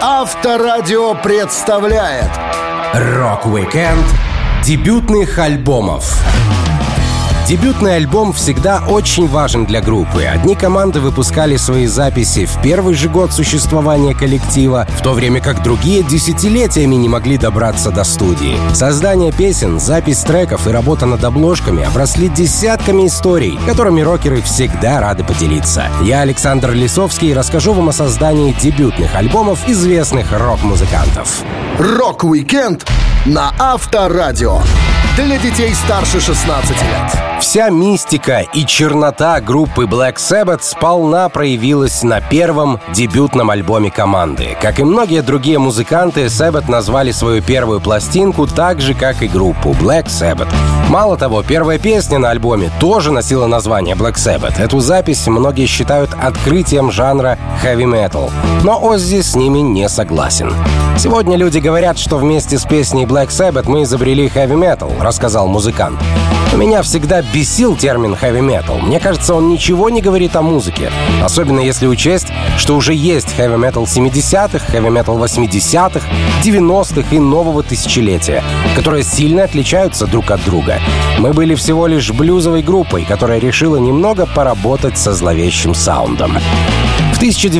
Авторадио представляет Рок-викенд дебютных альбомов. Дебютный альбом всегда очень важен для группы. Одни команды выпускали свои записи в первый же год существования коллектива, в то время как другие десятилетиями не могли добраться до студии. Создание песен, запись треков и работа над обложками обросли десятками историй, которыми рокеры всегда рады поделиться. Я, Александр Лисовский, расскажу вам о создании дебютных альбомов известных рок-музыкантов. Рок-викенд на Авторадио. Для детей старше 16 лет. Вся мистика и чернота группы Black Sabbath сполна проявилась на первом дебютном альбоме команды. Как и многие другие музыканты, Sabbath назвали свою первую пластинку так же, как и группу Black Sabbath. Мало того, первая песня на альбоме тоже носила название Black Sabbath. Эту запись многие считают открытием жанра heavy metal. Но Оззи с ними не согласен. «Сегодня люди говорят, что вместе с песней Black Sabbath мы изобрели heavy metal», — рассказал музыкант. «Меня всегда бесил термин heavy metal. Мне кажется, он ничего не говорит о музыке. Особенно если учесть, что уже есть heavy metal 70-х, heavy metal 80-х, 90-х и нового тысячелетия, которые сильно отличаются друг от друга. Мы были всего лишь блюзовой группой, которая решила немного поработать со зловещим саундом». В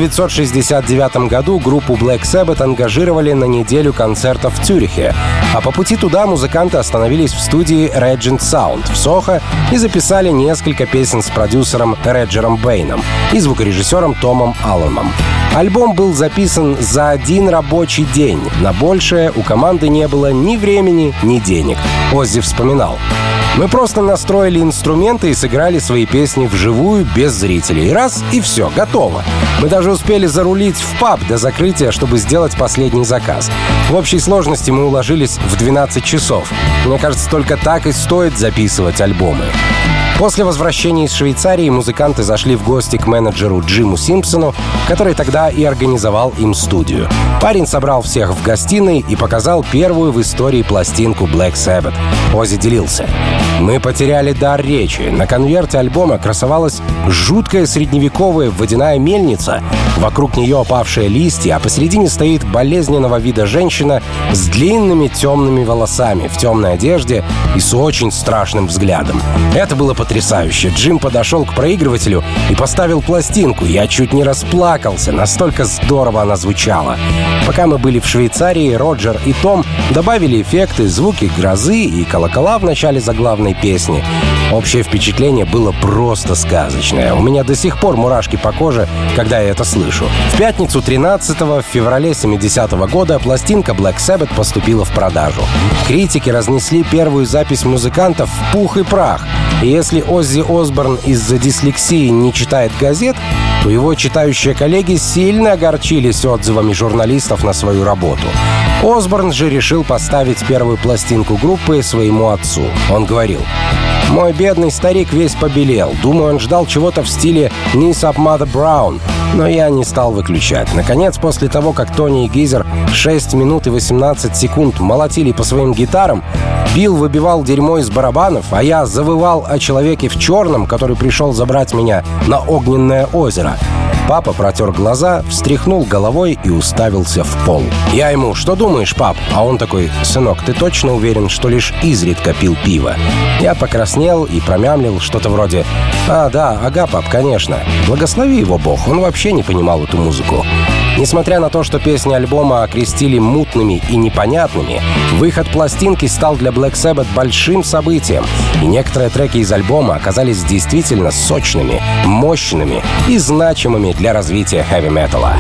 1969 году группу Black Sabbath ангажировали на неделю концертов в Цюрихе, а по пути туда музыканты остановились в студии Regent Sound в Сохо и записали несколько песен с продюсером Реджером Бэйном и звукорежиссером Томом Алланом. Альбом был записан за один рабочий день. На большее у команды не было ни времени, ни денег. Оззи вспоминал: «Мы просто настроили инструменты и сыграли свои песни вживую, без зрителей. Раз — и все, готово. Мы даже успели зарулить в паб до закрытия, чтобы сделать последний заказ. В общей сложности мы уложились в 12 часов. Мне кажется, только так и стоит записывать альбомы». После возвращения из Швейцарии музыканты зашли в гости к менеджеру Джиму Симпсону, который тогда и организовал им студию. Парень собрал всех в гостиной и показал первую в истории пластинку Black Sabbath. Оззи делился: «Мы потеряли дар речи. На конверте альбома красовалась жуткая средневековая водяная мельница. Вокруг нее опавшие листья, а посередине стоит болезненного вида женщина с длинными темными волосами, в темной одежде и с очень страшным взглядом. Это было потрясающе. Джим подошел к проигрывателю и поставил пластинку. Я чуть не расплакался, настолько здорово она звучала. Пока мы были в Швейцарии, Роджер и Том добавили эффекты, звуки грозы и колокола в начале заглавной песни. Общее впечатление было просто сказочное. У меня до сих пор мурашки по коже, когда я это слышу». В пятницу 13 февраля 70-го года пластинка Black Sabbath поступила в продажу. Критики разнесли первую запись музыкантов в пух и прах. И если Оззи Осборн из-за дислексии не читает газет, то его читающие коллеги сильно огорчились отзывами журналистов на свою работу. Осборн же решил поставить первую пластинку группы своему отцу. Он говорил: «Мой бедный старик весь побелел. Думаю, он ждал чего-то в стиле «Knees Up Mother Brown», но я не стал выключать. Наконец, после того, как Тони и Гизер 6 минут и 18 секунд молотили по своим гитарам, Билл выбивал дерьмо из барабанов, а я завывал о человеке в черном, который пришел забрать меня на огненное озеро, папа протер глаза, встряхнул головой и уставился в пол. Я ему: «Что думаешь, пап?» А он такой: «Сынок, ты точно уверен, что лишь изредка пил пиво?» Я покраснел и промямлил что-то вроде: «Да, ага, пап, конечно. Благослови его Бог, он вообще не понимал эту музыку». Несмотря на то, что песни альбома окрестили мутными и непонятными, выход пластинки стал для Black Sabbath большим событием, и некоторые треки из альбома оказались действительно сочными, мощными и значимыми для развития хэви-металла.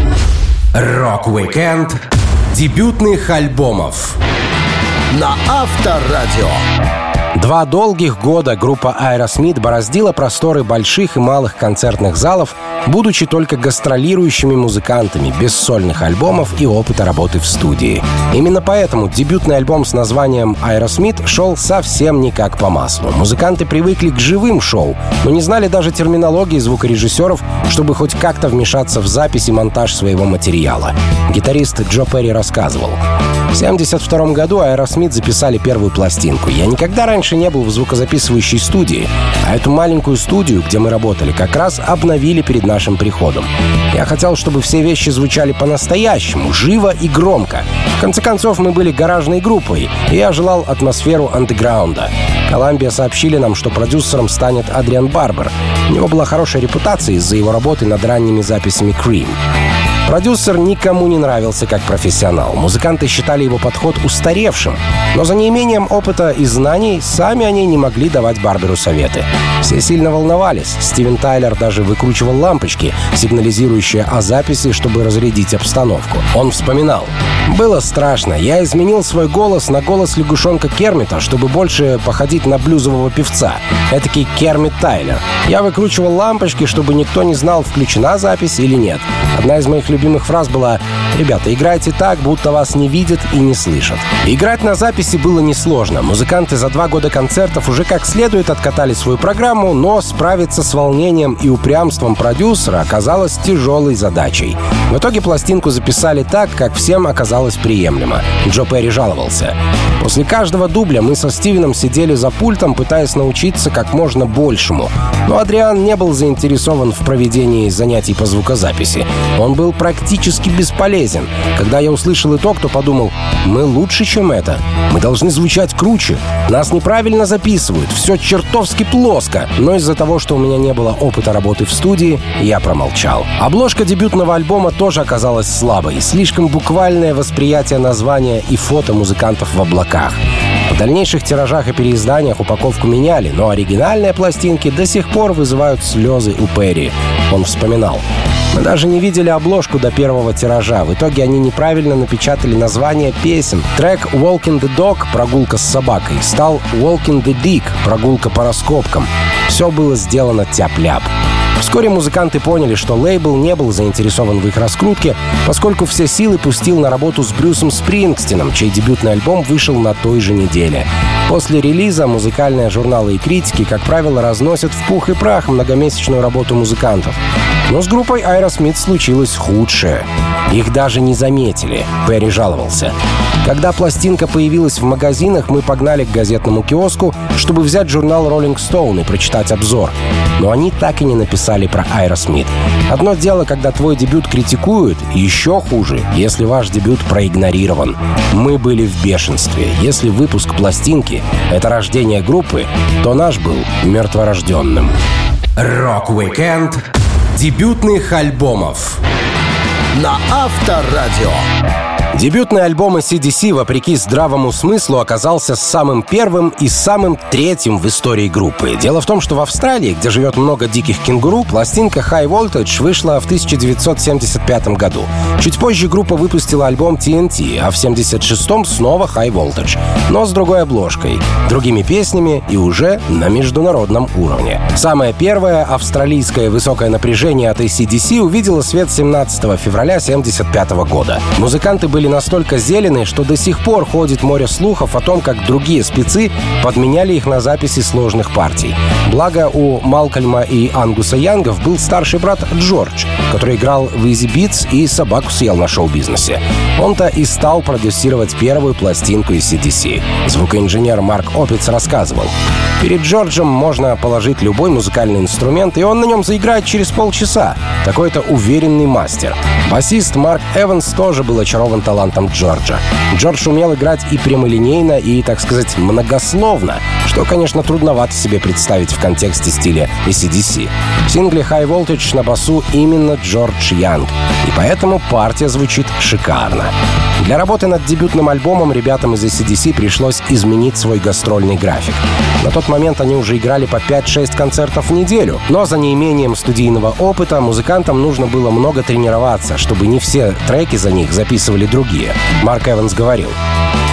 Рок-викенд дебютных альбомов на Авторадио. 2 долгих года группа Aerosmith бороздила просторы больших и малых концертных залов, будучи только гастролирующими музыкантами, без сольных альбомов и опыта работы в студии. Именно поэтому дебютный альбом с названием Aerosmith шел совсем не как по маслу. Музыканты привыкли к живым шоу, но не знали даже терминологии звукорежиссеров, чтобы хоть как-то вмешаться в запись и монтаж своего материала. Гитарист Джо Перри рассказывал: В 1972 году Aerosmith записали первую пластинку. Я никогда раньше не был в звукозаписывающей студии, а эту маленькую студию, где мы работали, как раз обновили перед нашим приходом. Я хотел, чтобы все вещи звучали по-настоящему, живо и громко. В конце концов, мы были гаражной группой, и я желал атмосферу андеграунда. Columbia сообщили нам, что продюсером станет Адриан Барбер. У него была хорошая репутация из-за его работы над ранними записями Cream. Продюсер никому не нравился как профессионал. Музыканты считали его подход устаревшим. Но за неимением опыта и знаний сами они не могли давать Барберу советы. Все сильно волновались. Стивен Тайлер даже выкручивал лампочки, сигнализирующие о записи, чтобы разрядить обстановку. Он вспоминал: «Было страшно. Я изменил свой голос на голос лягушонка Кермита, чтобы больше походить на блюзового певца. Этакий Кермит Тайлер. Я выкручивал лампочки, чтобы никто не знал, включена запись или нет. Одна из моих любимых фраз была: «Ребята, играйте так, будто вас не видят и не слышат». Играть на записи было несложно. Музыканты за 2 года концертов уже как следует откатали свою программу, но справиться с волнением и упрямством продюсера оказалось тяжелой задачей. В итоге пластинку записали так, как всем оказалось приемлемо. Джо Перри жаловался: «После каждого дубля мы со Стивеном сидели за пультом, пытаясь научиться как можно большему. Но Адриан не был заинтересован в проведении занятий по звукозаписи. Он был практически бесполезен. Когда я услышал итог, то подумал: мы лучше, чем это. Мы должны звучать круче. Нас неправильно записывают. Все чертовски плоско». Но из-за того, что у меня не было опыта работы в студии, я промолчал. Обложка дебютного альбома тоже оказалась слабой. Слишком буквальное восприятие названия и фото музыкантов в облаках. В дальнейших тиражах и переизданиях упаковку меняли, но оригинальные пластинки до сих пор вызывают слезы у Перри. Он вспоминал: «Мы даже не видели обложку до первого тиража. В итоге они неправильно напечатали название песен. Трек «Walking the Dog» — «Прогулка с собакой» — стал «Walking the Dick» — «Прогулка по раскопкам». Все было сделано тяп-ляп. Вскоре музыканты поняли, что лейбл не был заинтересован в их раскрутке, поскольку все силы пустил на работу с Брюсом Спрингстином, чей дебютный альбом вышел на той же неделе. После релиза музыкальные журналы и критики, как правило, разносят в пух и прах многомесячную работу музыкантов. Но с группой Aerosmith случилось худшее. Их даже не заметили. Перри жаловался: «Когда пластинка появилась в магазинах, мы погнали к газетному киоску, чтобы взять журнал Rolling Stone и прочитать обзор. Но они так и не написали про Aerosmith. Одно дело, когда твой дебют критикуют, еще хуже, если ваш дебют проигнорирован. Мы были в бешенстве. Если выпуск пластинки — это рождение группы, то наш был мертворожденным». Рок-уикенд дебютных альбомов на Авторадио. Дебютный альбом AC/DC, вопреки здравому смыслу, оказался самым первым и самым третьим в истории группы. Дело в том, что в Австралии, где живет много диких кенгуру, пластинка High Voltage вышла в 1975 году. Чуть позже группа выпустила альбом TNT, а в 1976-м снова High Voltage, но с другой обложкой, другими песнями и уже на международном уровне. Самое первое австралийское высокое напряжение от AC/DC увидело свет 17 февраля 1975 года. Музыканты были настолько зеленые, что до сих пор ходит море слухов о том, как другие спецы подменяли их на записи сложных партий. Благо, у Малкольма и Ангуса Янгов был старший брат Джордж, который играл в Easy Beats и собаку съел на шоу-бизнесе. Он-то и стал продюсировать первую пластинку AC/DC. Звукоинженер Марк Опиц рассказывал: «Перед Джорджем можно положить любой музыкальный инструмент, и он на нем заиграет через полчаса. Такой-то уверенный мастер». Басист Марк Эванс тоже был очарован талантом Джорджа. Джордж умел играть и прямолинейно, и, так сказать, многословно, что, конечно, трудновато себе представить в контексте стиля AC/DC. В сингле High Voltage на басу именно Джордж Янг, и поэтому партия звучит шикарно. Для работы над дебютным альбомом ребятам из AC/DC пришлось изменить свой гастрольный график. На тот момент они уже играли по 5-6 концертов в неделю, но за неимением студийного опыта музыкантам нужно было много тренироваться, чтобы не все треки за них записывали другие. Марк Эванс говорил: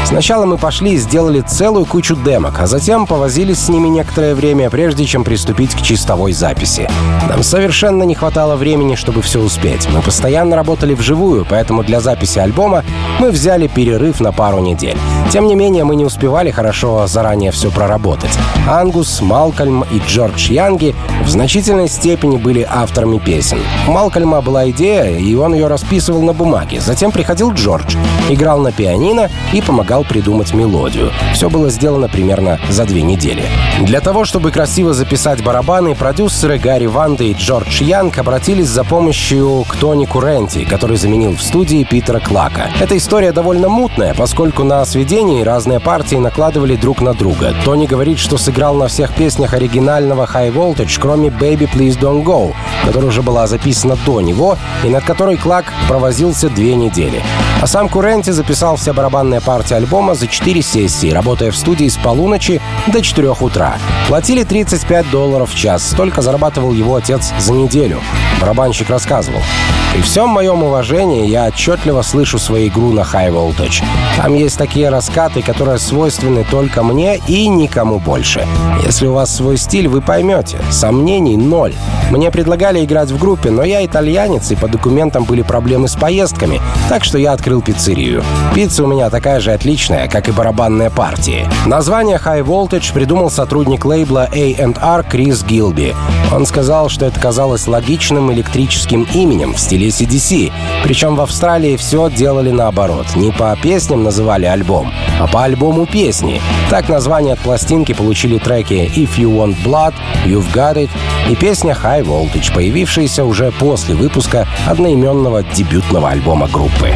Сначала мы пошли и сделали целую кучу демок, а затем повозились с ними некоторое время, прежде чем приступить к чистовой записи. Нам совершенно не хватало времени, чтобы все успеть. Мы постоянно работали вживую, поэтому для записи альбома мы взяли перерыв на пару недель. Тем не менее, мы не успевали хорошо заранее все проработать. Ангус, Малкольм и Джордж Янги в значительной степени были авторами песен. У Малкольма была идея, и он ее расписывал на бумаге. Затем приходил Джордж, играл на пианино и помогал придумать мелодию. Все было сделано примерно за 2 недели. Для того, чтобы красиво записать барабаны, продюсеры Гарри Ванда и Джордж Янг обратились за помощью к Тони Курренти, который заменил в студии Питера Клака. Эта история довольно мутная, поскольку на сведении разные партии накладывали друг на друга. Тони говорит, что сыграл на всех песнях оригинального High Voltage, кроме Baby Please Don't Go, которая уже была записана до него и над которой Клак провозился 2 недели. А сам Курренти записал все барабанные партии альбома за 4 сессии, работая в студии с полуночи до 4 утра. Платили $35 в час. Столько зарабатывал его отец за неделю. Барабанщик рассказывал: «При всем моем уважении я отчетливо слышу свою игру на High Voltage. Там есть такие раскаты, которые свойственны только мне и никому больше. Если у вас свой стиль, вы поймете. Сомнений 0. Мне предлагали играть в группе, но я итальянец, и по документам были проблемы с поездками, так что я открыл пиццерию. Пицца у меня такая же отличная, как и барабанные партии». Название High Voltage придумал сотрудник лейбла A&R Крис Гилби. Он сказал, что это казалось логичным электрическим именем в стиле AC/DC. Причем в Австралии все делали наоборот. Не по песням называли альбом, а по альбому песни. Так название от пластинки получили треки If You Want Blood, You've Got It и песня High Voltage, появившаяся уже после выпуска одноименного дебютного альбома группы.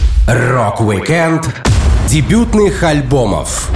Рок-викенд Дебютных альбомов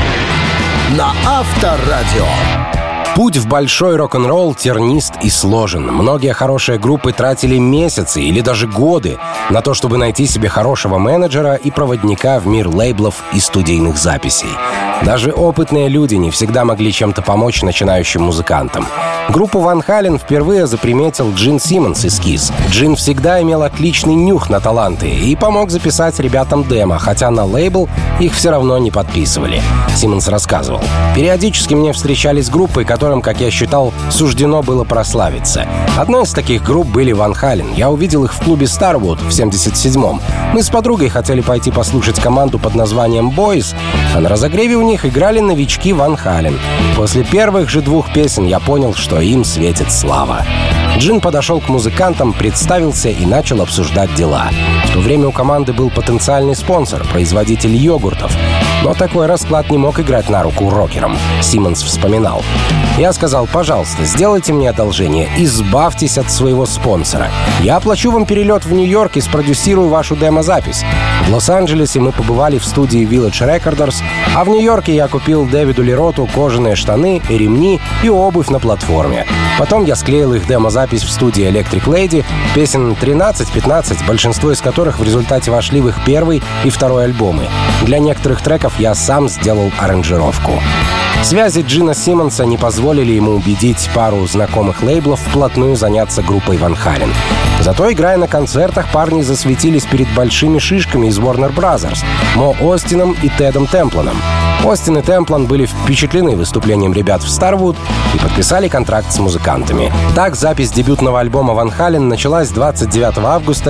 на Авторадио. Путь в большой рок-н-ролл тернист и сложен. Многие хорошие группы тратили месяцы или даже годы на то, чтобы найти себе хорошего менеджера и проводника в мир лейблов и студийных записей. Даже опытные люди не всегда могли чем-то помочь начинающим музыкантам. Группу Ван Хален впервые заприметил Джин Симмонс из Kiss. Джин всегда имел отличный нюх на таланты и помог записать ребятам демо, хотя на лейбл их все равно не подписывали. Симмонс рассказывал: «Периодически мне встречались группы, которым, как я считал, суждено было прославиться. Одной из таких групп были Ван Хален. Я увидел их в клубе Starwood в 77-м. Мы с подругой хотели пойти послушать команду под названием Boys, а на разогреве у них играли новички Ван Хален. После первых же 2 песен я понял, что им светит слава». Джин подошел к музыкантам, представился и начал обсуждать дела. В то время у команды был потенциальный спонсор, производитель йогуртов. Но такой расклад не мог играть на руку рокерам. Симмонс вспоминал: «Я сказал: пожалуйста, сделайте мне одолжение, избавьтесь от своего спонсора. Я оплачу вам перелет в Нью-Йорк и спродюсирую вашу демозапись». В Лос-Анджелесе мы побывали в студии Village Recorders, а в Нью-Йорке я купил Дэвиду Лероту кожаные штаны, ремни и обувь на платформе. Потом я склеил их демозапись в студии Electric Lady, песен 13-15, большинство из которых в результате вошли в их первый и второй альбомы. Для некоторых треков я сам сделал аранжировку. Связи Джина Симмонса не позволили ему убедить пару знакомых лейблов вплотную заняться группой Ван Хален. Зато, играя на концертах, парни засветились перед большими шишками из Warner Brothers — Мо Остином и Тедом Темпланом. Остин и Темплан были впечатлены выступлением ребят в Starwood и подписали контракт с музыкантами. Так запись дебютного альбома Ван Хален началась 29 августа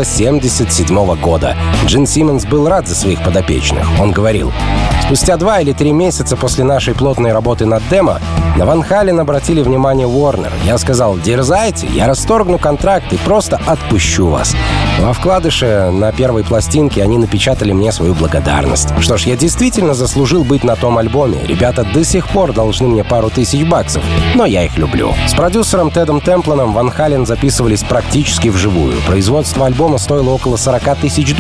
1977 года. Джин Симмонс был рад за своих подопечных. Он говорил: «Спустя 2 или 3 месяца после нашей плотной работы над демо на Ван Хален обратили внимание Warner. Я сказал: дерзайте, я расторгну контракт и просто отпущу вас». Во вкладыше на первой пластинке они напечатали мне свою благодарность. Что ж, я действительно заслужил быть на том альбоме. Ребята до сих пор должны мне пару тысяч баксов, но я их люблю. С продюсером Тедом Темпланом Ван Хален записывались практически вживую. Производство альбома стоило около $40 тысяч.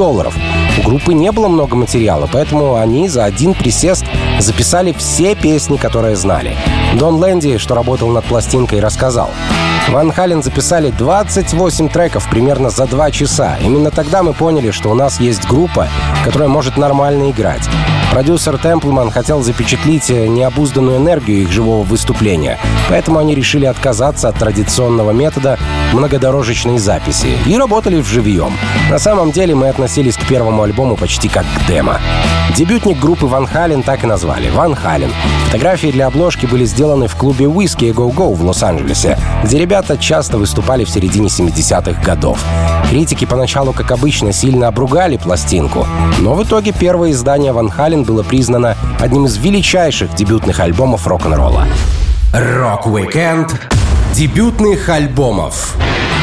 У группы не было много материала, поэтому они за один присест записали все песни, которые знали. Дон Лэнди, что работал над пластинкой, рассказал: Ван Хален записали 28 треков примерно за 2 часа. Именно тогда мы поняли, что у нас есть группа, которая может нормально играть. Продюсер Темплман хотел запечатлить необузданную энергию их живого выступления, поэтому они решили отказаться от традиционного метода многодорожечной записи и работали вживьем. На самом деле мы относились к первому альбому почти как к демо. Дебютник группы Ван Хален так и назвали — Ван Хален. Фотографии для обложки были сделаны в клубе Whiskey A Go Go в Лос-Анджелесе, где ребята часто выступали в середине 70-х годов. Критики поначалу, как обычно, сильно обругали пластинку, но в итоге первое издание Ван Хален было признано одним из величайших дебютных альбомов рок-н-ролла. Рок-викенд Дебютных альбомов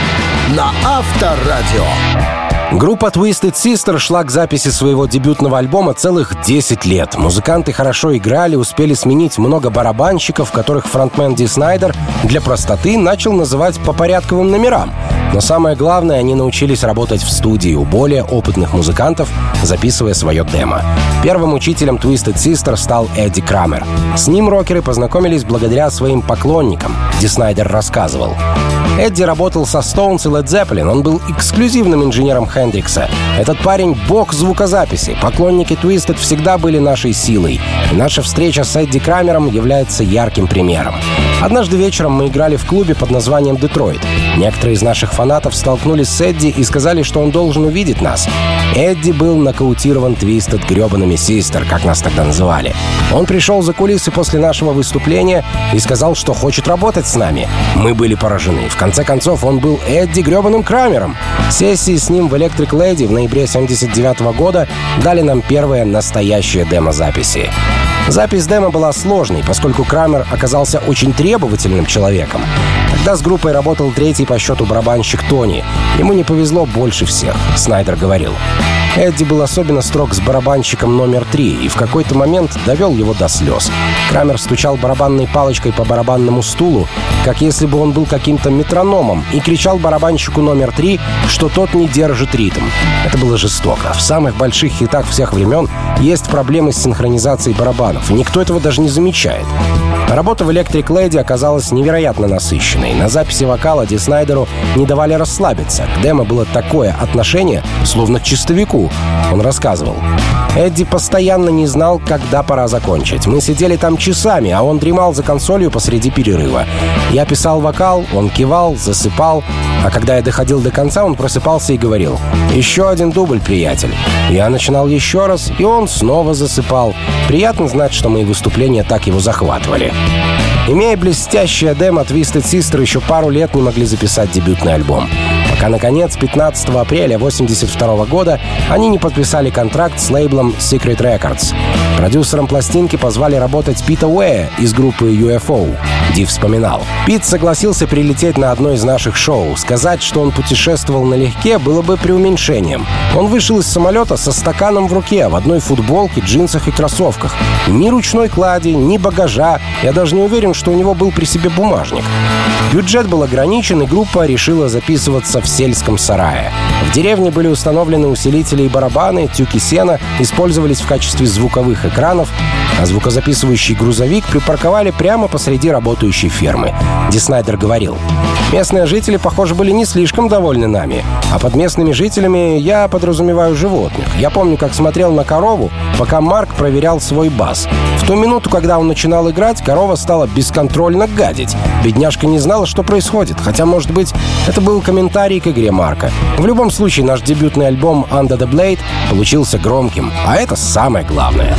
на Авторадио. Группа Twisted Sister шла к записи своего дебютного альбома целых 10 лет. Музыканты хорошо играли, успели сменить много барабанщиков, которых фронтмен Ди Снайдер для простоты начал называть по порядковым номерам. Но самое главное, они научились работать в студии у более опытных музыкантов, записывая свое демо. Первым учителем Twisted Sister стал Эдди Крамер. С ним рокеры познакомились благодаря своим поклонникам, Ди Снайдер рассказывал. Эдди работал со Stones и Led Zeppelin, он был эксклюзивным инженером Хендрикса. Этот парень — бог звукозаписи. Поклонники Twisted всегда были нашей силой. И наша встреча с Эдди Крамером является ярким примером. Однажды вечером мы играли в клубе под названием «Детройт». Некоторые из наших фанатов столкнулись с Эдди и сказали, что он должен увидеть нас. Эдди был нокаутирован Twisted гребаными Систер, как нас тогда называли. Он пришел за кулисы после нашего выступления и сказал, что хочет работать с нами. Мы были поражены. В конце концов, он был Эдди гребаным Крамером. Сессии с ним в Electric Lady в ноябре 1979 года дали нам первые настоящие демо-записи. Запись демо была сложной, поскольку Крамер оказался очень требовательным человеком. Тогда с группой работал третий по счету барабанщик Тони. Ему не повезло больше всех, Снайдер говорил. Эдди был особенно строг с барабанщиком номер 3 и в какой-то момент довел его до слез. Крамер стучал барабанной палочкой по барабанному стулу, как если бы он был каким-то метрономом, и кричал барабанщику номер 3, что тот не держит ритм. Это было жестоко. В самых больших хитах всех времен есть проблемы с синхронизацией барабанов, и никто этого даже не замечает. Работа в Electric Lady оказалась невероятно насыщенной. На записи вокала Ди Снайдеру не давали расслабиться. К демо было такое отношение, словно к чистовику. Он рассказывал. Эдди постоянно не знал, когда пора закончить. Мы сидели там часами, а он дремал за консолью посреди перерыва. Я писал вокал, он кивал, засыпал. А когда я доходил до конца, он просыпался и говорил: «Еще один дубль, приятель». Я начинал еще раз, и он снова засыпал. Приятно знать, что мои выступления так его захватывали. Имея блестящее демо, Twisted Sister еще пару лет не могли записать дебютный альбом. Пока, наконец, 15 апреля 1982 года они не подписали контракт с лейблом Secret Records. Продюсером пластинки позвали работать Пита Уэя из группы UFO. Ди вспоминал. Пит согласился прилететь на одно из наших шоу. Сказать, что он путешествовал налегке, было бы преуменьшением. Он вышел из самолета со стаканом в руке, в одной футболке, джинсах и кроссовках. Ни ручной клади, ни багажа. Я даже не уверен, что у него был при себе бумажник. Бюджет был ограничен, и группа решила записываться в сельском сарае. В деревне были установлены усилители и барабаны, тюки сена использовались в качестве звуковых экранов, а звукозаписывающий грузовик припарковали прямо посреди работающей фермы. Ди Снайдер говорил: «Местные жители, похоже, были не слишком довольны нами. А под местными жителями я подразумеваю животных. Я помню, как смотрел на корову, пока Марк проверял свой бас. В ту минуту, когда он начинал играть, корова стала бесконтрольно гадить. Бедняжка не знала, что происходит. Хотя, может быть, это был комментарий к игре Марка. В любом случае, наш дебютный альбом Under the Blade получился громким. А это самое главное».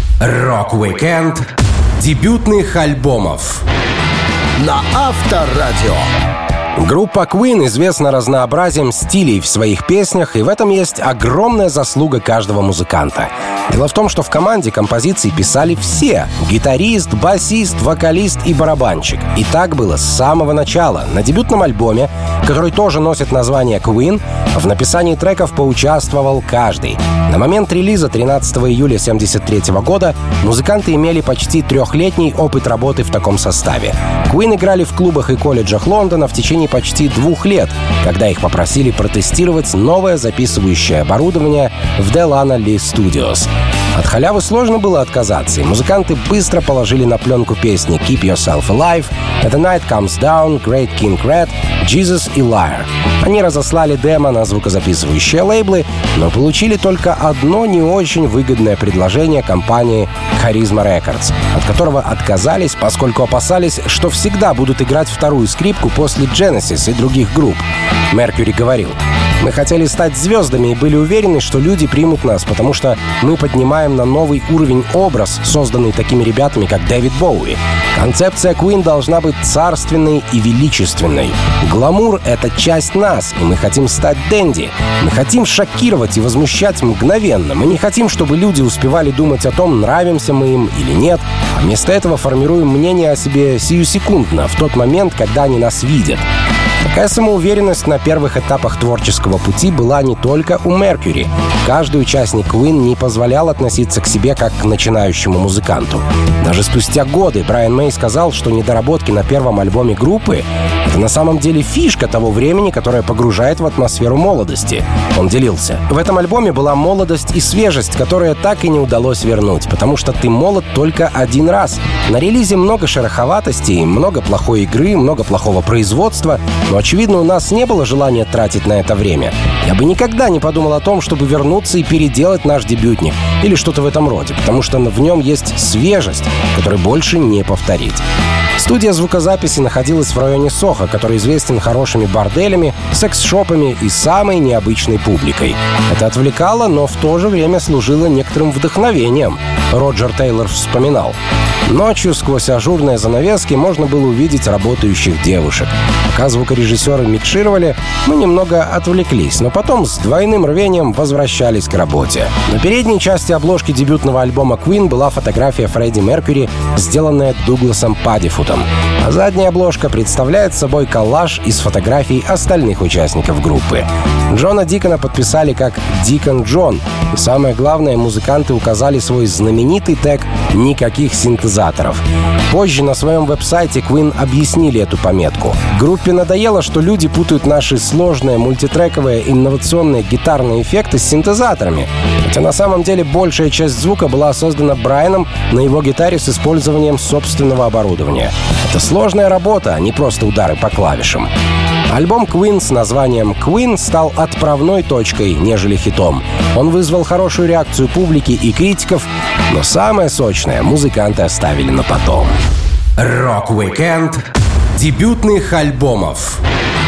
Рок-викенд Дебютных альбомов на Авторадио. Группа Queen известна разнообразием стилей в своих песнях, и в этом есть огромная заслуга каждого музыканта. Дело в том, что в команде композиции писали все — гитарист, басист, вокалист и барабанщик. И так было с самого начала. На дебютном альбоме, который тоже носит название Queen, в написании треков поучаствовал каждый. На момент релиза 13 июля 1973 года музыканты имели почти 3-летний опыт работы в таком составе. Queen играли в клубах и колледжах Лондона в течение почти 2 лет, когда их попросили протестировать новое записывающее оборудование в Delana Lee Studios. От халявы сложно было отказаться, и музыканты быстро положили на пленку песни «Keep Yourself Alive», «The Night Comes Down», «Great King Red», «Jesus» и «Liar». Они разослали демо на звукозаписывающие лейблы, но получили только одно не очень выгодное предложение компании Charisma Records, от которого отказались, поскольку опасались, что всегда будут играть вторую скрипку после Genesis и других групп. Mercury говорил: «Мы хотели стать звездами и были уверены, что люди примут нас, потому что мы поднимаем на новый уровень образ, созданный такими ребятами, как Дэвид Боуи. Концепция Queen должна быть царственной и величественной. Гламур — это часть нас, и мы хотим стать дэнди. Мы хотим шокировать и возмущать мгновенно. Мы не хотим, чтобы люди успевали думать о том, нравимся мы им или нет, а вместо этого формируем мнение о себе сиюсекундно, в тот момент, когда они нас видят». Такая самоуверенность на первых этапах творческого пути была не только у Mercury. Каждый участник Queen не позволял относиться к себе как к начинающему музыканту. Даже спустя годы Брайан Мэй сказал, что недоработки на первом альбоме группы — это на самом деле фишка того времени, которая погружает в атмосферу молодости. Он делился: «В этом альбоме была молодость и свежесть, которые так и не удалось вернуть, потому что ты молод только один раз. На релизе много шероховатостей, много плохой игры, много плохого производства, но, очевидно, у нас не было желания тратить на это время. Я бы никогда не подумал о том, чтобы вернуться и переделать наш дебютник или что-то в этом роде, потому что в нем есть свежесть, которую больше не повторить». Студия звукозаписи находилась в районе Сохо, который известен хорошими борделями, секс-шопами и самой необычной публикой. Это отвлекало, но в то же время служило некоторым вдохновением. Роджер Тейлор вспоминал: «Ночью сквозь ажурные занавески можно было увидеть работающих девушек. Пока звукорежиссеры микшировали, мы немного отвлеклись, но потом с двойным рвением возвращались к работе». На передней части обложки дебютного альбома Queen была фотография Фредди Меркьюри, сделанная Дугласом Паддифутом, а задняя обложка представляет собой коллаж из фотографий остальных участников группы. Джона Дикона подписали как Дикон Джон, и самое главное, музыканты указали свой знаменитый тег «Никаких синтезаторов». Позже на своем веб-сайте Queen объяснили эту пометку. Группе надоело, что люди путают наши сложные мультитрековые инновационные гитарные эффекты с синтезаторами, хотя на самом деле большая часть звука была создана Брайаном на его гитаре с использованием собственного оборудования. Это сложная работа, а не просто удары по клавишам. Альбом Queen с названием «Queen» стал отправной точкой, нежели хитом. Он вызвал хорошую реакцию публики и критиков, но самое сочное музыканты оставили на потом. Рок-викенд дебютных альбомов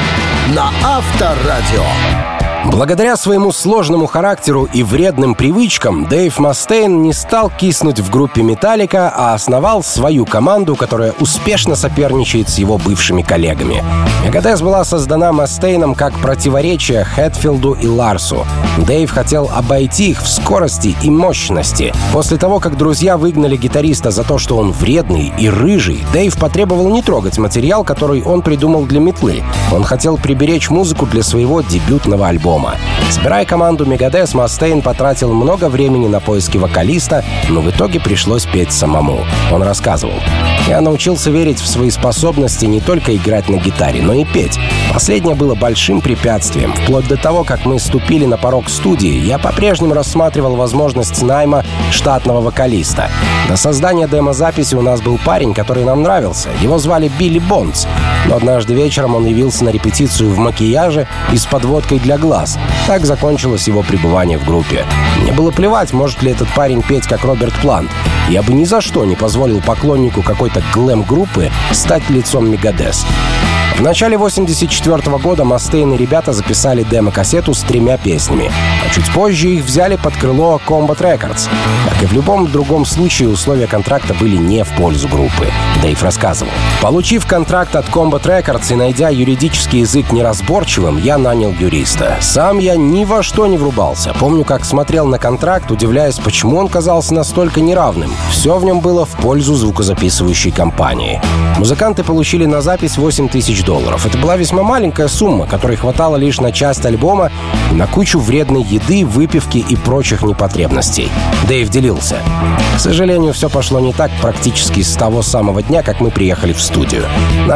на Авторадио. Благодаря своему сложному характеру и вредным привычкам Дэйв Мастейн не стал киснуть в группе Metallica, а основал свою команду, которая успешно соперничает с его бывшими коллегами. Megadeth была создана Мастейном как противоречие Хэтфилду и Ларсу. Дэйв хотел обойти их в скорости и мощности. После того, как друзья выгнали гитариста за то, что он вредный и рыжий, Дэйв потребовал не трогать материал, который он придумал для метлы. Он хотел приберечь музыку для своего дебютного альбома. Собирая команду Megadeth, Мастейн потратил много времени на поиски вокалиста, но в итоге пришлось петь самому. Он рассказывал: «Я научился верить в свои способности не только играть на гитаре, но и петь. Последнее было большим препятствием. Вплоть до того, как мы ступили на порог студии, я по-прежнему рассматривал возможность найма штатного вокалиста. До создания демозаписи у нас был парень, который нам нравился. Его звали Билли Бондс. Но однажды вечером он явился на репетицию в макияже и с подводкой для глаз. Так закончилось его пребывание в группе. Мне было плевать, может ли этот парень петь как Роберт Плант. Я бы ни за что не позволил поклоннику какой-то глэм-группы стать лицом Megadeth». В начале 1984 года Мастейн и ребята записали демо-кассету с 3 песнями, а чуть позже их взяли под крыло Combat Records. Как и в любом другом случае, условия контракта были не в пользу группы. Дэйв рассказывал: «Получив контракт от Combat Records и найдя юридический язык неразборчивым, я нанял юриста. Сам я ни во что не врубался. Помню, как смотрел на контракт, удивляясь, почему он казался настолько неравным. Все в нем было в пользу звукозаписывающей компании. Музыканты получили на запись $8000. Это была весьма маленькая сумма, которой хватало лишь на часть альбома и на кучу вредной еды, выпивки и прочих непотребностей». Дэйв делился: «К сожалению, все пошло не так практически с того самого дня, как мы приехали в студию. Наш продюсер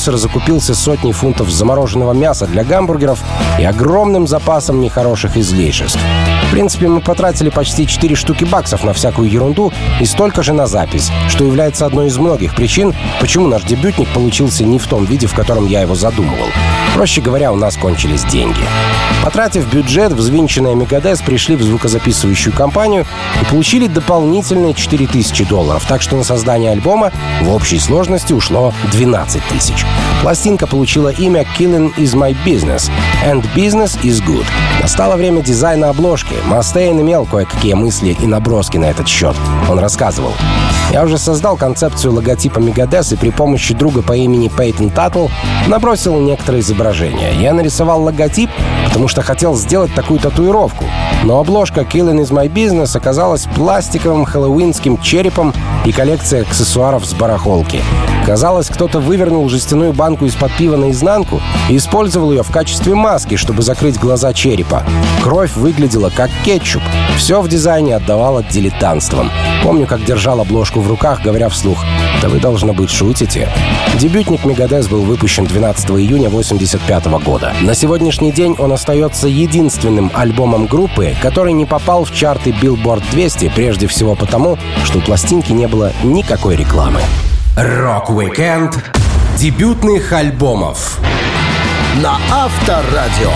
продюсер закупился сотней фунтов замороженного мяса для гамбургеров и огромным запасом нехороших излишеств. В принципе, мы потратили почти 4 штуки баксов на всякую ерунду и столько же на запись, что является одной из многих причин, почему наш дебютник получился не в том виде, в котором я его задумывал. Проще говоря, у нас кончились деньги. Потратив бюджет, взвинченные Мегадес пришли в звукозаписывающую компанию и получили дополнительные $4000, так что на создание альбома в общей сложности ушло 12 тысяч. Пластинка получила имя «Killing is my business» and «Business is good». Настало время дизайна обложки. Мастейн имел кое-какие мысли и наброски на этот счет. Он рассказывал: «Я уже создал концепцию логотипа Мегадес и при помощи друга по имени Пейтон Таттл набросил некоторые изображения. Я нарисовал логотип, потому что хотел сделать такую татуировку. Но обложка «Killing is my business» оказалась пластиковым хэллоуинским черепом и коллекцией аксессуаров с барахолки. Казалось, кто-то вывернул жестяную банку из-под пива наизнанку и использовал ее в качестве маски, чтобы закрыть глаза черепа. Кровь выглядела как кетчуп. Все в дизайне отдавало дилетантством. Помню, как держал обложку в руках, говоря вслух: «Да вы, должно быть, шутите». Дебютник Мегадес был выпущен 12 июня 1985 года. На сегодняшний день он остается единственным альбомом группы, который не попал в чарты Billboard 200, прежде всего потому, что у пластинки не было никакой рекламы. Рок-викенд дебютных альбомов на Авторадио.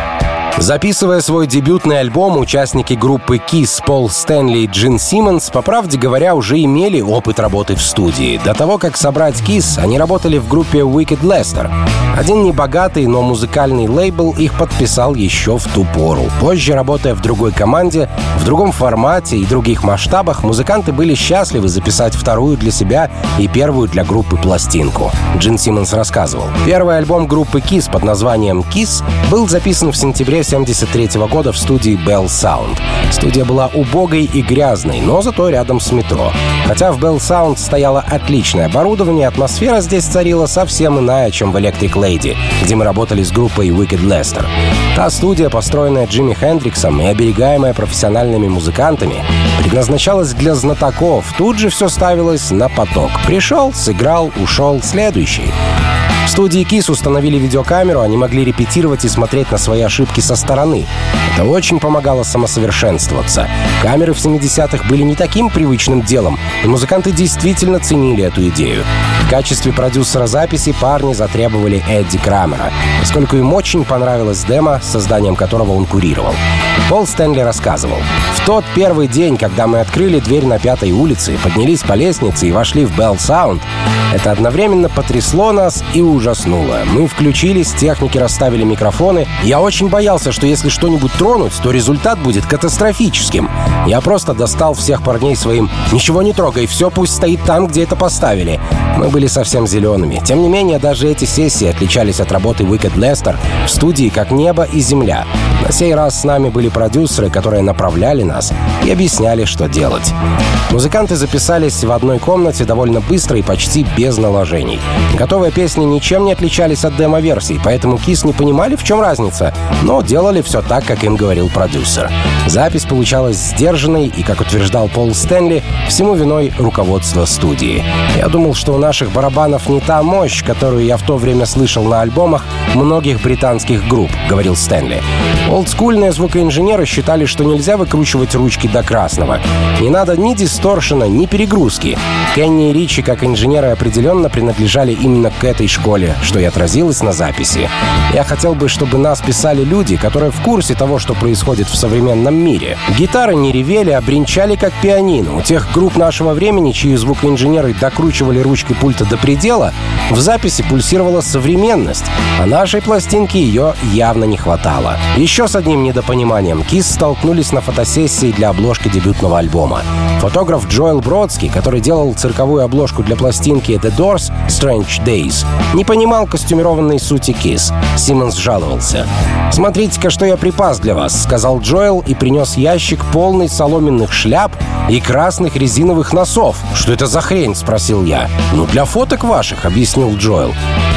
Записывая свой дебютный альбом, участники группы Kiss Пол Стэнли и Джин Симмонс, по правде говоря, уже имели опыт работы в студии. До того, как собрать Kiss, они работали в группе Wicked Lester. Один небогатый, но музыкальный лейбл их подписал еще в ту пору. Позже, работая в другой команде, в другом формате и других масштабах, музыканты были счастливы записать вторую для себя и первую для группы пластинку. Джин Симмонс рассказывал: «Первый альбом группы Kiss под названием «Kiss» был записан в сентябре 1973 года в студии Bell Sound. Студия была убогой и грязной, но зато рядом с метро. Хотя в Bell Sound стояло отличное оборудование, атмосфера здесь царила совсем иная, чем в Electric Lady, где мы работали с группой Wicked Lester. Та студия, построенная Джимми Хендриксом и оберегаемая профессиональными музыкантами, предназначалась для знатоков. Тут же все ставилось на поток. Пришел, сыграл, ушел, следующий». В студии Kiss установили видеокамеру, они могли репетировать и смотреть на свои ошибки со стороны. Это очень помогало самосовершенствоваться. Камеры в 70-х были не таким привычным делом, и музыканты действительно ценили эту идею. В качестве продюсера записи парни затребовали Эдди Крамера, поскольку им очень понравилось демо, с созданием которого он курировал. Пол Стэнли рассказывал: «В тот первый день, когда мы открыли дверь на 5-й улице, поднялись по лестнице и вошли в Bell Sound, это одновременно потрясло нас и ужаснуло. Мы включились, техники расставили микрофоны. Я очень боялся, что если что-нибудь тронуть, то результат будет катастрофическим. Я просто достал всех парней своим: ничего не трогай, все пусть стоит там, где это поставили». Мы были совсем зелеными. Тем не менее, даже эти сессии отличались от работы Wicked Lester в студии как небо и земля. На сей раз с нами были продюсеры, которые направляли нас и объясняли, что делать. Музыканты записались в одной комнате довольно быстро и почти без наложений. Готовые песни ничем не отличались от демо-версий, поэтому Kiss не понимали, в чем разница, но делали все так, как им говорил продюсер. Запись получалась сдержанной, и, как утверждал Пол Стэнли, всему виной руководство студии. «Я думал, что у наших барабанов не та мощь, которую я в то время слышал на альбомах многих британских групп», — говорил Стэнли. Олдскульные звукоинженеры считали, что нельзя выкручивать ручки до красного. Не надо ни дисторшена, ни перегрузки. Кенни и Ричи, как инженеры, определенно принадлежали именно к этой школе, что и отразилось на записи. Я хотел бы, чтобы нас писали люди, которые в курсе того, что происходит в современном мире. Гитары не ревели, а бренчали как пианино. У тех групп нашего времени, чьи звукоинженеры докручивали ручкой пульта до предела, в записи пульсировала современность, а нашей пластинке ее явно не хватало. Еще с одним недопониманием. Kiss столкнулись на фотосессии для обложки дебютного альбома. Фотограф Джоэл Бродский, который делал цирковую обложку для пластинки The Doors Strange Days, не понимал костюмированной сути Kiss. Симмонс жаловался: «Смотрите-ка, что я припас для вас», — сказал Джоэл и принес ящик, полный соломенных шляп и красных резиновых носов. «Что это за хрень?» — спросил я. «Ну, для фоток ваших», — объяснил Джоэл.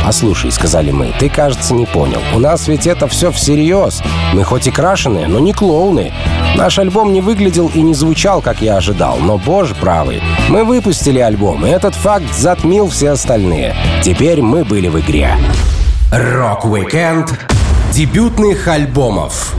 «Послушай», — сказали мы, — «ты, кажется, не понял. У нас ведь это все всерьез. Мы хоть и крашеные, но не клоуны. Наш альбом не выглядел и не звучал, как я ожидал, но, боже правый, мы выпустили альбом, и этот факт затмил все остальные. Теперь мы были в игре». Рок-викенд дебютных альбомов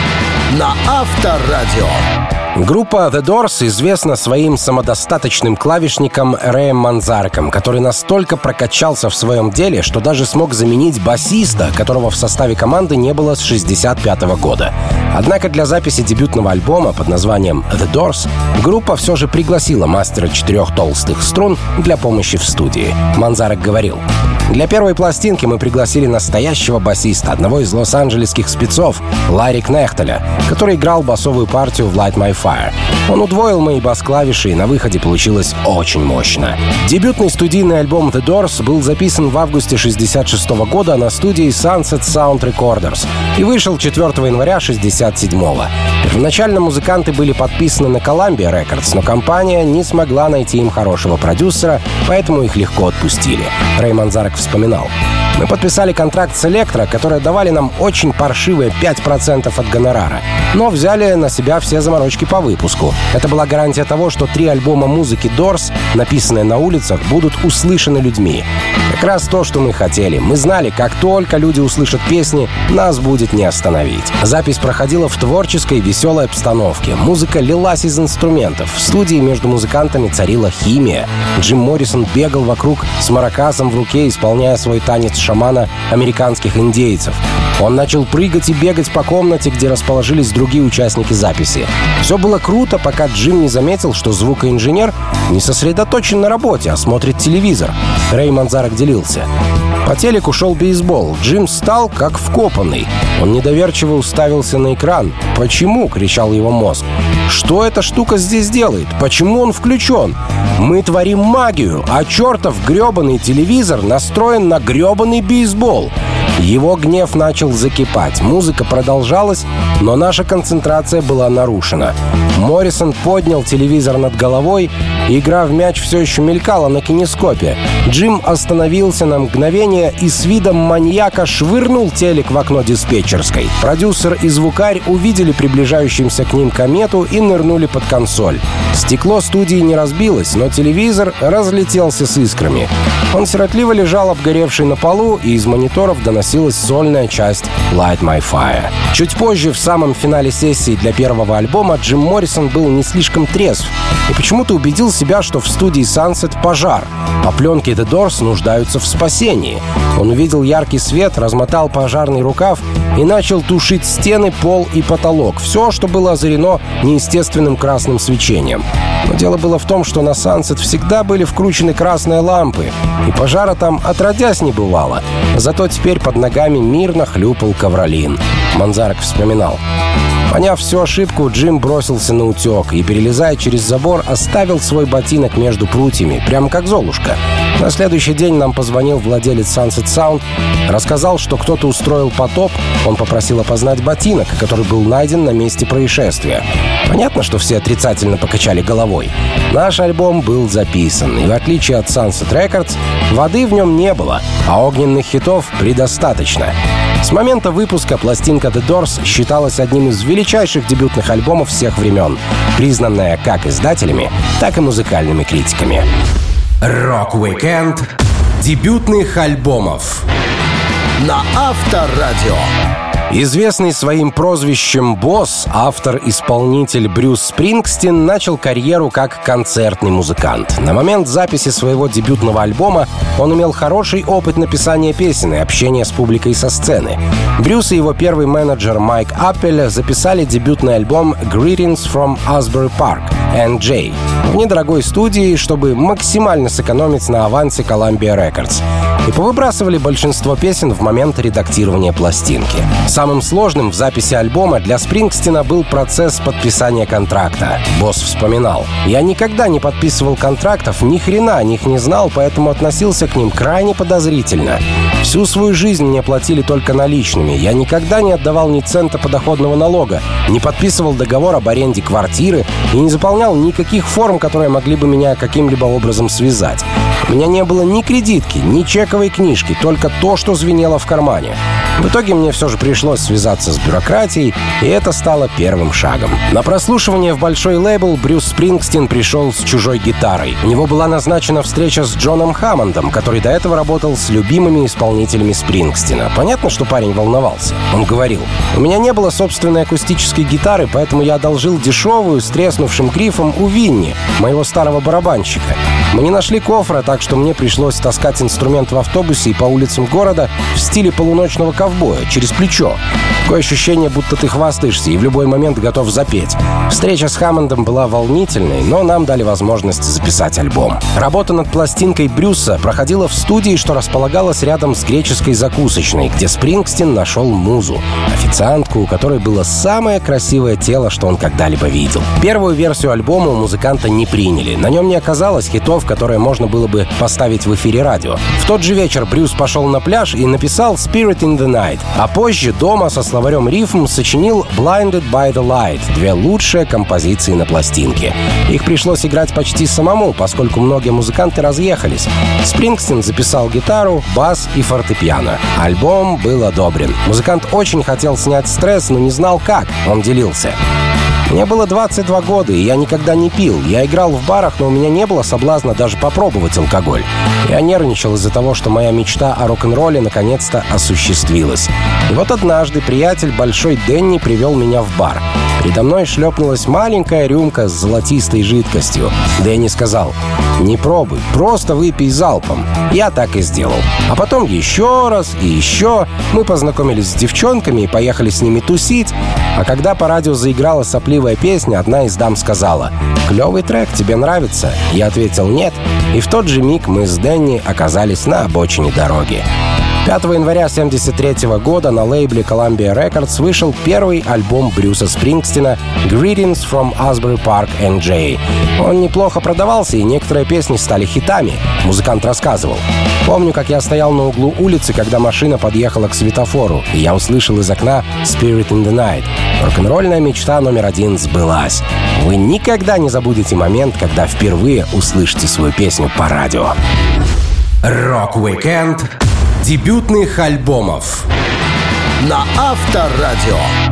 на Авторадио. Группа The Doors известна своим самодостаточным клавишником Рэем Манзареком, который настолько прокачался в своем деле, что даже смог заменить басиста, которого в составе команды не было с 1965 года. Однако для записи дебютного альбома под названием The Doors группа все же пригласила мастера 4 толстых струн для помощи в студии. Манзарек говорил: «Для первой пластинки мы пригласили настоящего басиста, одного из лос-анджелесских спецов, Ларри Кнехтеля, который играл басовую партию в Light My Fire. Он удвоил мои бас-клавиши, и на выходе получилось очень мощно». Дебютный студийный альбом The Doors был записан в августе 1966 года на студии Sunset Sound Recorders и вышел 4 января 1967. Первоначально музыканты были подписаны на Columbia Records, но компания не смогла найти им хорошего продюсера, поэтому их легко отпустили. Рэй Манзарек вспоминал: «Мы подписали контракт с Электро, которые давали нам очень паршивые 5% от гонорара, но взяли на себя все заморочки по выпуску. Это была гарантия того, что 3 альбома музыки Doors, написанные на улицах, будут услышаны людьми. Как раз то, что мы хотели. Мы знали, как только люди услышат песни, нас будет не остановить». Запись проходила в творческой, веселой обстановке. Музыка лилась из инструментов. В студии между музыкантами царила химия. Джим Моррисон бегал вокруг с маракасом в руке, исполняя свой танец шамана американских индейцев. Он начал прыгать и бегать по комнате, где расположились другие участники записи. Все было круто, пока Джим не заметил, что звукоинженер не сосредоточен на работе, а смотрит телевизор. Рэй Манзарек делился: «По телеку шел бейсбол. Джим стал как вкопанный. Он недоверчиво уставился на экран. «Почему?» — кричал его мозг. «Что эта штука здесь делает? Почему он включен? Мы творим магию, а чертов гребаный телевизор настроен на гребаный бейсбол». Его гнев начал закипать. Музыка продолжалась, но наша концентрация была нарушена. Моррисон поднял телевизор над головой, и игра в мяч все еще мелькала на кинескопе. Джим остановился на мгновение и с видом маньяка швырнул телек в окно диспетчерской. Продюсер и звукарь увидели приближающимся к ним комету и нырнули под консоль. Стекло студии не разбилось, но телевизор разлетелся с искрами. Он сиротливо лежал обгоревший на полу, и из мониторов доносилась сольная часть Light My Fire. Чуть позже, в самом финале сессии для первого альбома, Джим Моррисон был не слишком трезв и почему-то убедил себя, что в студии Sunset пожар, а пленки The Doors нуждаются в спасении. Он увидел яркий свет, размотал пожарный рукав и начал тушить стены, пол и потолок. Все, что было озарено неестественным красным свечением. Но дело было в том, что на Sunset всегда были вкручены красные лампы, и пожара там отродясь не бывало. Зато теперь под ногами мирно хлюпал ковролин. Манзарек вспоминал: «Поняв всю ошибку, Джим бросился на утек и, перелезая через забор, оставил свой ботинок между прутьями, прямо как Золушка. На следующий день нам позвонил владелец Sunset Sound, рассказал, что кто-то устроил потоп. Он попросил опознать ботинок, который был найден на месте происшествия. Понятно, что все отрицательно покачали головой. Наш альбом был записан, и в отличие от Sunset Records, воды в нем не было, а огненных хитов предостаточно». С момента выпуска пластинка The Doors считалась одним из величайших дебютных альбомов всех времен, признанная как издателями, так и музыкальными критиками. Рок-викенд дебютных альбомов на Авторадио. Известный своим прозвищем «Босс», автор-исполнитель Брюс Спрингстин начал карьеру как концертный музыкант. На момент записи своего дебютного альбома он имел хороший опыт написания песен и общения с публикой со сцены. Брюс и его первый менеджер Майк Аппель записали дебютный альбом «Greetings from Asbury Park» (NJ) в недорогой студии, чтобы максимально сэкономить на авансе Columbia Records, и повыбрасывали большинство песен в момент редактирования пластинки. Самым сложным в записи альбома для Спрингстина был процесс подписания контракта. Босс вспоминал: «Я никогда не подписывал контрактов, ни хрена о них не знал, поэтому относился к ним крайне подозрительно. Всю свою жизнь мне платили только наличными. Я никогда не отдавал ни цента подоходного налога, не подписывал договор об аренде квартиры и не заполнял никаких форм, которые могли бы меня каким-либо образом связать. У меня не было ни кредитки, ни чековой книжки, только то, что звенело в кармане. В итоге мне все же пришлось связаться с бюрократией, и это стало первым шагом. На прослушивание в большой лейбл Брюс Спрингстин пришел с чужой гитарой. У него была назначена встреча с Джоном Хаммондом, который до этого работал с любимыми исполнителями Спрингстина. Понятно, что парень волновался. Он говорил: «У меня не было собственной акустической гитары, поэтому я одолжил дешевую с треснувшим грифом у Винни, моего старого барабанщика. Мы не нашли кофра, так что мне пришлось таскать инструмент в автобусе и по улицам города в стиле полуночного ковбоя, через плечо. Такое ощущение, будто ты хвастаешься и в любой момент готов запеть». Встреча с Хаммондом была волнительной, но нам дали возможность записать альбом. Работа над пластинкой Брюса проходила в студии, что располагалась рядом с греческой закусочной, где Спрингстин нашел музу. Официантку, у которой было самое красивое тело, что он когда-либо видел. Первую версию альбома у музыканта не приняли. На нем не оказалось хитов, которые можно было бы поставить в эфире радио. В тот же вечер Брюс пошел на пляж и написал «Spirit in the Night», а позже дома со словарем рифм сочинил «Blinded by the Light», две лучшие композиции на пластинке. Их пришлось играть почти самому, поскольку многие музыканты разъехались. Спрингстин записал гитару, бас и фортепиано. Альбом был одобрен. Музыкант очень хотел снять стресс, но не знал как. Он делился: «Мне было 22 года, и я никогда не пил. Я играл в барах, но у меня не было соблазна даже попробовать алкоголь. Я нервничал из-за того, что моя мечта о рок-н-ролле наконец-то осуществилась. И вот однажды приятель Большой Дэнни привел меня в бар. Передо мной шлепнулась маленькая рюмка с золотистой жидкостью. Дэнни сказал: «Не пробуй, просто выпей залпом». Я так и сделал. А потом еще раз и еще. Мы познакомились с девчонками и поехали с ними тусить. А когда по радио заиграла сопливая песня, одна из дам сказала: «Клевый трек, тебе нравится?» Я ответил: «Нет». И в тот же миг мы с Дэнни оказались на обочине дороги. 5 января 1973 года на лейбле Columbia Records вышел первый альбом Брюса Спрингстина «Greetings from Asbury Park, NJ». Он неплохо продавался, и некоторые песни стали хитами. Музыкант рассказывал: «Помню, как я стоял на углу улицы, когда машина подъехала к светофору, и я услышал из окна «Spirit in the Night». Рок-н-ролльная мечта номер 1 сбылась. Вы никогда не забудете момент, когда впервые услышите свою песню по радио». Рок-уикенд дебютных альбомов на Авторадио.